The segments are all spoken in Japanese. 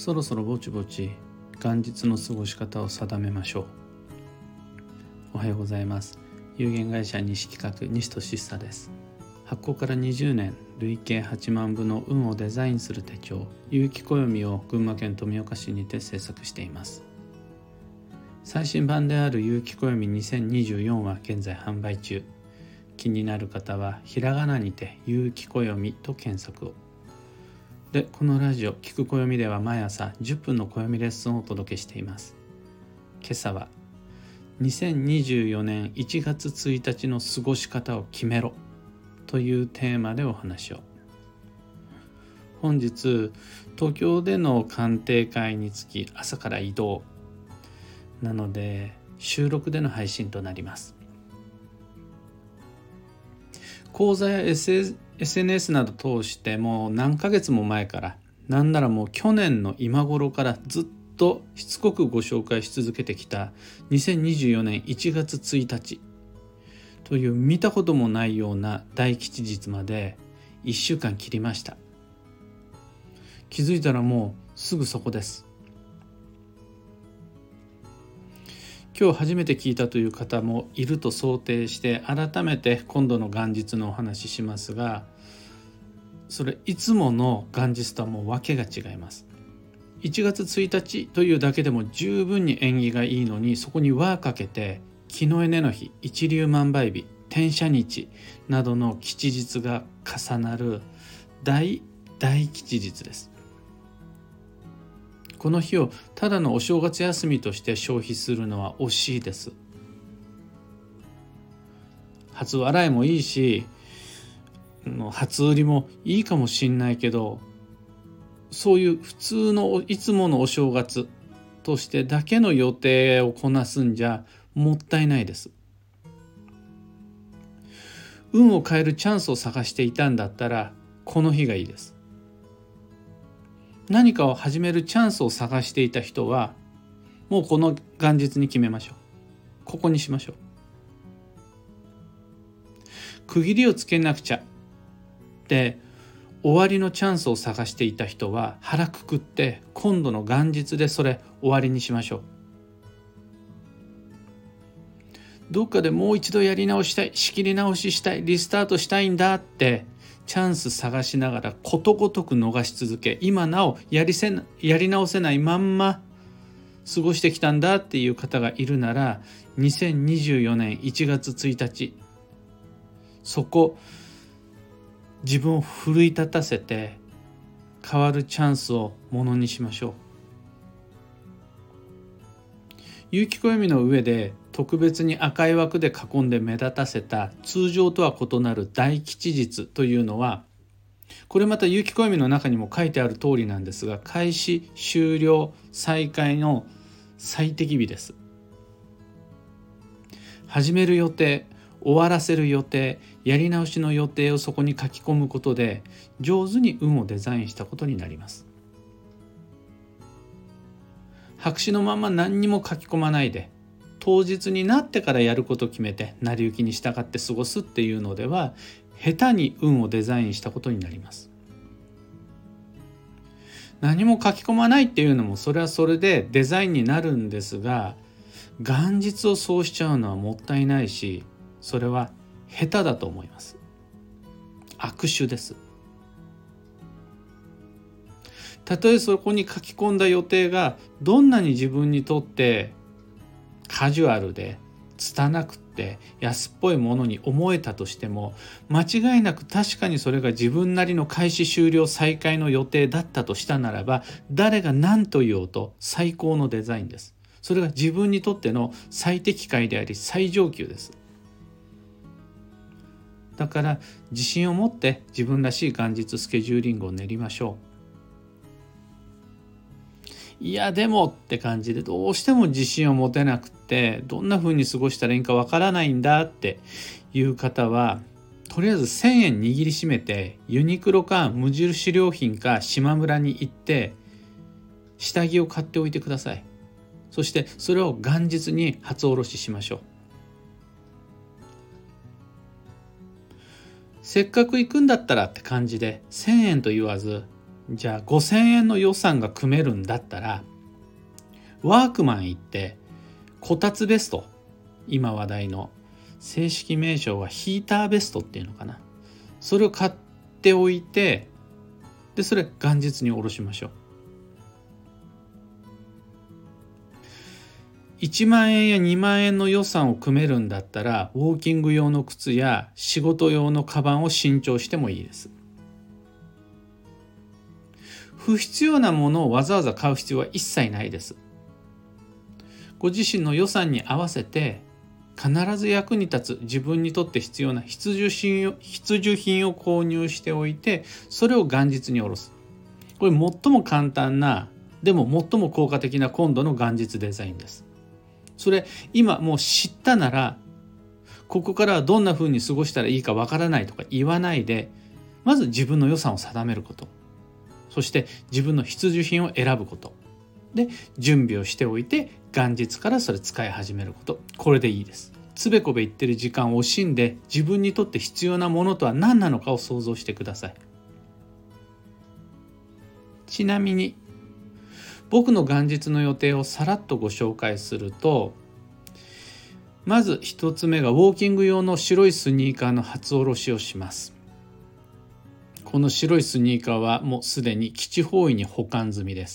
そろそろぼちぼち元日の過ごし方を定めましょう。おはようございます。有限会社西企画西俊久です。発行から20年、累計8万部の運をデザインする手帳有機暦を群馬県富岡市にて制作しています。最新版である有機暦2024は現在販売中。気になる方はひらがなにて有機暦と検索を。で、このラジオ聞く暦では毎朝10分の暦レッスンをお届けしています。今朝は2024年1月1日の過ごし方を決めろというテーマでお話を。本日東京での鑑定会につき朝から移動なので収録での配信となります。講座や SNS など通してもう何ヶ月も前から、なんならもう去年の今頃からずっとしつこくご紹介し続けてきた2024年1月1日という見たこともないような大吉日まで1週間切りました。気づいたらもうすぐそこです。今日初めて聞いたという方もいると想定して改めて今度の元日のお話ししますが、それいつもの元日とはもう訳が違います。1月1日というだけでも十分に縁起がいいのに、そこに輪かけて木のエの日、一粒万倍日、天赦日などの吉日が重なる大吉日です。この日をただのお正月休みとして消費するのは惜しいです。初笑いもいいし、初売りもいいかもしんないけど、そういう普通のいつものお正月としてだけの予定をこなすんじゃもったいないです。運を変えるチャンスを探していたんだったらこの日がいいです。何かを始めるチャンスを探していた人はもうこの元日に決めましょう。ここにしましょう。区切りをつけなくちゃで終わりのチャンスを探していた人は腹くくって今度の元日でそれ終わりにしましょう。どっかでもう一度やり直したい、仕切り直ししたい、リスタートしたいんだってチャンス探しながらことごとく逃し続け、今なおやり直せないまんま過ごしてきたんだっていう方がいるなら、2024年1月1日そこ自分を奮い立たせて変わるチャンスをものにしましょう。有機暦の上で特別に赤い枠で囲んで目立たせた通常とは異なる大吉日というのは、これまた有機暦の中にも書いてある通りなんですが、開始終了再開の最適日です。始める予定、終わらせる予定、やり直しの予定をそこに書き込むことで上手に運をデザインしたことになります。白紙のまま何にも書き込まないで、当日になってからやることを決めて成り行きに従って過ごすっていうのでは下手に運をデザインしたことになります。何も書き込まないっていうのもそれはそれでデザインになるんですが、元日をそうしちゃうのはもったいないし、それは下手だと思います。悪手です。たとえそこに書き込んだ予定がどんなに自分にとってカジュアルで拙くって安っぽいものに思えたとしても、間違いなく確かにそれが自分なりの開始終了再開の予定だったとしたならば、誰が何と言おうと最高のデザインです。それが自分にとっての最適解であり最上級です。だから自信を持って自分らしい元日スケジューリングを練りましょう。いやでもって感じでどうしても自信を持てなくて、どんな風に過ごしたらいいかわからないんだっていう方は、とりあえず1000円握りしめてユニクロか無印良品か島村に行って下着を買っておいてください。そしてそれを元日に初おろししましょう。せっかく行くんだったらって感じで1000円と言わずじゃあ5000円の予算が組めるんだったら、ワークマン行ってこたつベスト、今話題の正式名称はヒーターベストっていうのかな、それを買っておいて、でそれ元日に下ろしましょう。1万円や2万円の予算を組めるんだったら、ウォーキング用の靴や仕事用のカバンを新調してもいいです。不必要なものをわざわざ買う必要は一切ないです。ご自身の予算に合わせて必ず役に立つ、自分にとって必要な必需品を購入しておいて、それを元日に下ろす。これ最も簡単な、でも最も効果的な今度の元日デザインです。それ今もう知ったなら、ここからはどんな風に過ごしたらいいかわからないとか言わないで、まず自分の予算を定めること、そして自分の必需品を選ぶことで準備をしておいて、元日からそれ使い始めること、これでいいです。つべこべ言ってる時間を惜しんで、自分にとって必要なものとは何なのかを想像してください。ちなみに僕の元日の予定をさらっとご紹介すると、まず一つ目がウォーキング用の白いスニーカーの初おろしをします。この白いスニーカーはもうすでに基地方位に保管済みです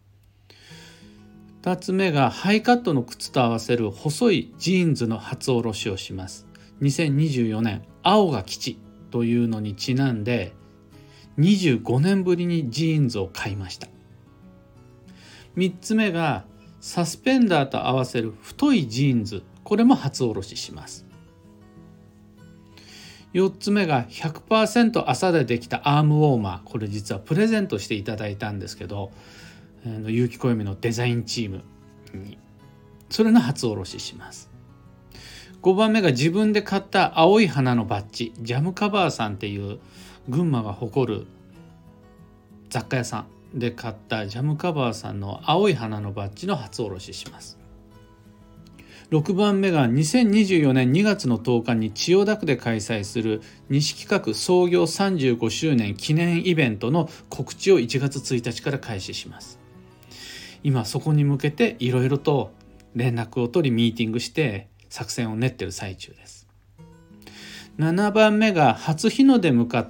。2つ目がハイカットの靴と合わせる細いジーンズの初おろしをします。2024年青が基地というのにちなんで、25年ぶりにジーンズを買いました。3つ目がサスペンダーと合わせる太いジーンズ、これも初おろしします。4つ目が 100% 麻でできたアームウォーマー、これ実はプレゼントしていただいたんですけど、有機暦のデザインチームに、それの初おろしします。5番目が自分で買った青い花のバッジ、ジャムカバーさんっていう群馬が誇る雑貨屋さんで買ったジャムカバーさんの青い花のバッジの初おろしします。6番目が2024年2月の10日に千代田区で開催する西企画創業35周年記念イベントの告知を1月1日から開始します。今そこに向けていろいろと連絡を取り、ミーティングして作戦を練っている最中です。7番目が初日の出に向か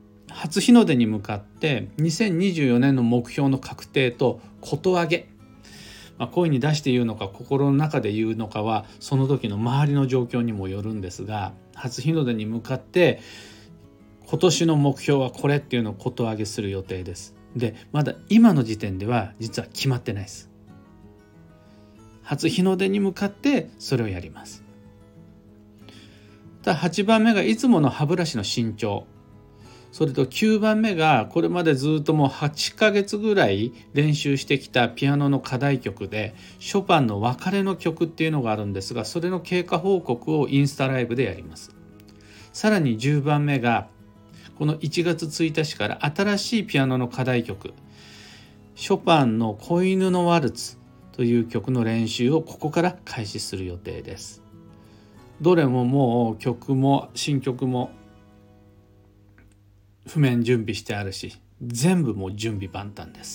って2024年の目標の確定とこと上げ、声に出して言うのか心の中で言うのかはその時の周りの状況にもよるんですが、初日の出に向かって今年の目標はこれっていうのをこと上げする予定です。でまだ今の時点では実は決まってないです。初日の出に向かってそれをやります。8番目がいつもの歯ブラシの新調、それと9番目がこれまでずっともう8ヶ月ぐらい練習してきたピアノの課題曲でショパンの別れの曲っていうのがあるんですが、それの経過報告をインスタライブでやります。さらに10番目がこの1月1日から新しいピアノの課題曲、ショパンの子犬のワルツという曲の練習をここから開始する予定です。どれももう曲も新曲も譜面準備してあるし、全部もう準備万端です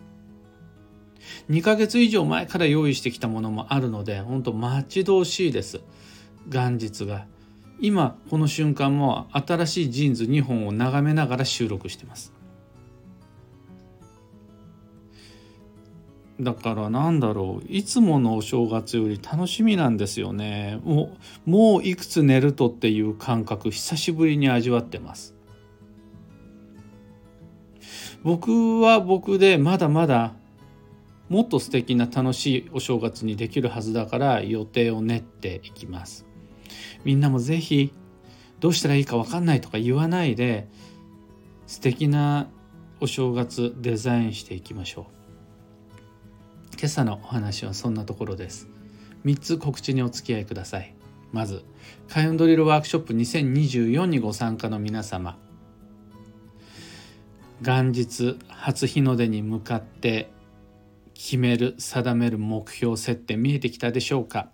。2ヶ月以上前から用意してきたものもあるので、本当待ち遠しいです。元日が今この瞬間も新しいジーンズ2本を眺めながら収録してます。だからいつものお正月より楽しみなんですよね。もういくつ寝るとっていう感覚久しぶりに味わってます。僕は僕でまだまだもっと素敵な楽しいお正月にできるはずだから予定を練っていきます。みんなもぜひどうしたらいいか分かんないとか言わないで、素敵なお正月デザインしていきましょう。今朝のお話はそんなところです。3つ告知にお付き合いください。まず開運ドリルワークショップ2024にご参加の皆様、元日初日の出に向かって決める定める目標設定見えてきたでしょうか。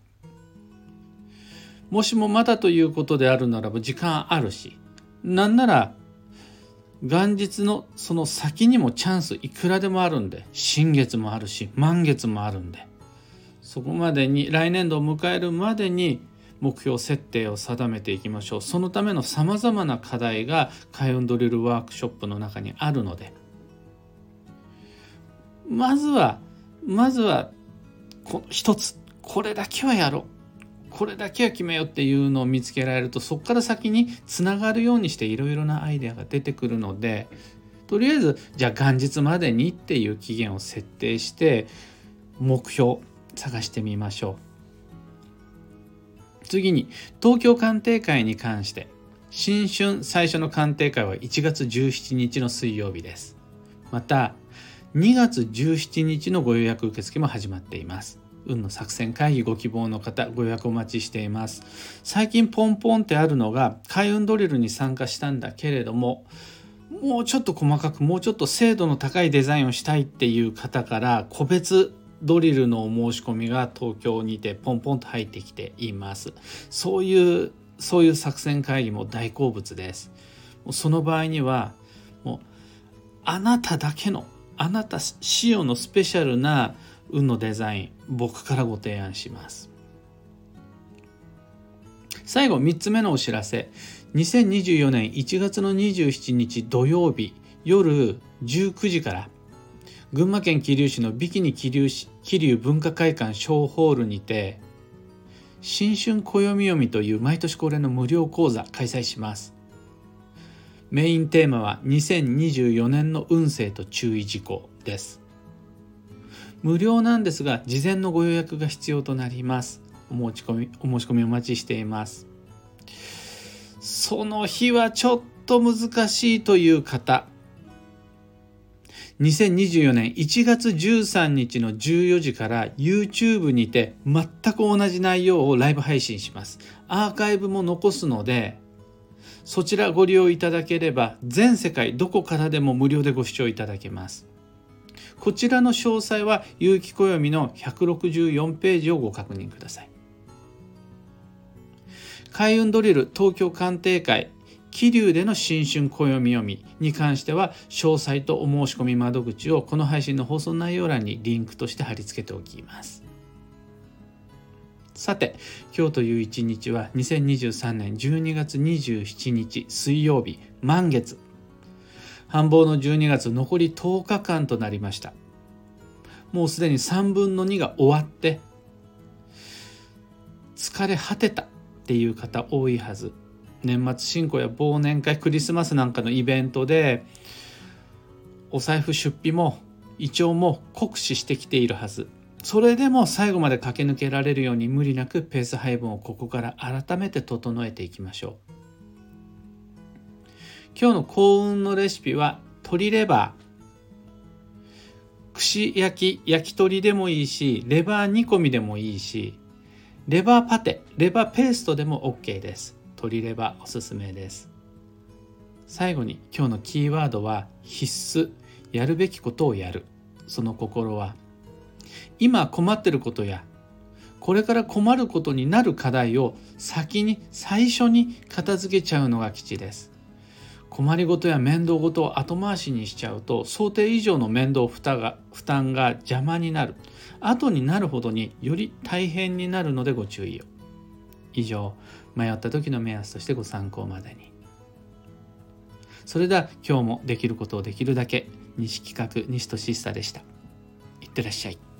もしもまだということであるならば時間あるし、なんなら元日のその先にもチャンスいくらでもあるんで、新月もあるし満月もあるんで、そこまでに来年度を迎えるまでに目標設定を定めていきましょう。そのためのさまざまな課題が開運ドリルワークショップの中にあるので、まずは一つこれだけはやろう、これだけは決めようっていうのを見つけられると、そこから先につながるようにしていろいろなアイデアが出てくるので、とりあえずじゃあ元日までにっていう期限を設定して目標探してみましょう。次に東京鑑定会に関して、新春最初の鑑定会は1月17日の水曜日です。また2月17日のご予約受付も始まっています。運の作戦会議ご希望の方、ご予約お待ちしています。最近ポンポンってあるのが、開運ドリルに参加したんだけれども、もうちょっと細かく、もうちょっと精度の高いデザインをしたいっていう方から個別ドリルのお申し込みが東京にてポンポンと入ってきています。そういう作戦会議も大好物です。その場合にはもうあなただけの、あなた仕様のスペシャルな運のデザイン、僕からご提案します。最後3つ目のお知らせ。2024年1月の27日土曜日夜19時から群馬県桐生市のビキニ桐生文化会館小ホールにて新春暦読みという毎年恒例の無料講座開催します。メインテーマは2024年の運勢と注意事項です。無料なんですが事前のご予約が必要となります。お申し込みお待ちしています。その日はちょっと難しいという方、2024年1月13日の14時から YouTube にて全く同じ内容をライブ配信します。アーカイブも残すので、そちらご利用いただければ全世界どこからでも無料でご視聴いただけます。こちらの詳細は有機暦の164ページをご確認ください。開運ドリル東京鑑定会桐生での新春暦読みに関しては詳細とお申し込み窓口をこの配信の放送内容欄にリンクとして貼り付けておきます。さて、今日という一日は2023年12月27日水曜日満月、繁忙の12月残り10日間となりました。もうすでに3分の2が終わって疲れ果てたっていう方多いはず。年末進行や忘年会、クリスマスなんかのイベントでお財布出費も胃腸も酷使してきているはず。それでも最後まで駆け抜けられるように無理なくペース配分をここから改めて整えていきましょう。今日の幸運のレシピは鶏レバー、串焼き、焼き鳥でもいいし、レバー煮込みでもいいし、レバーパテ、レバーペーストでも OK です。鶏レバーおすすめです。最後に今日のキーワードは必須、やるべきことをやる。その心は今困っていることやこれから困ることになる課題を最初に片付けちゃうのが吉です。困りごとや面倒ごとを後回しにしちゃうと想定以上の面倒負担が邪魔になる。後になるほどにより大変になるのでご注意を。以上、迷った時の目安としてご参考までに。それでは今日もできることをできるだけ。西企画西俊久でした。いってらっしゃい。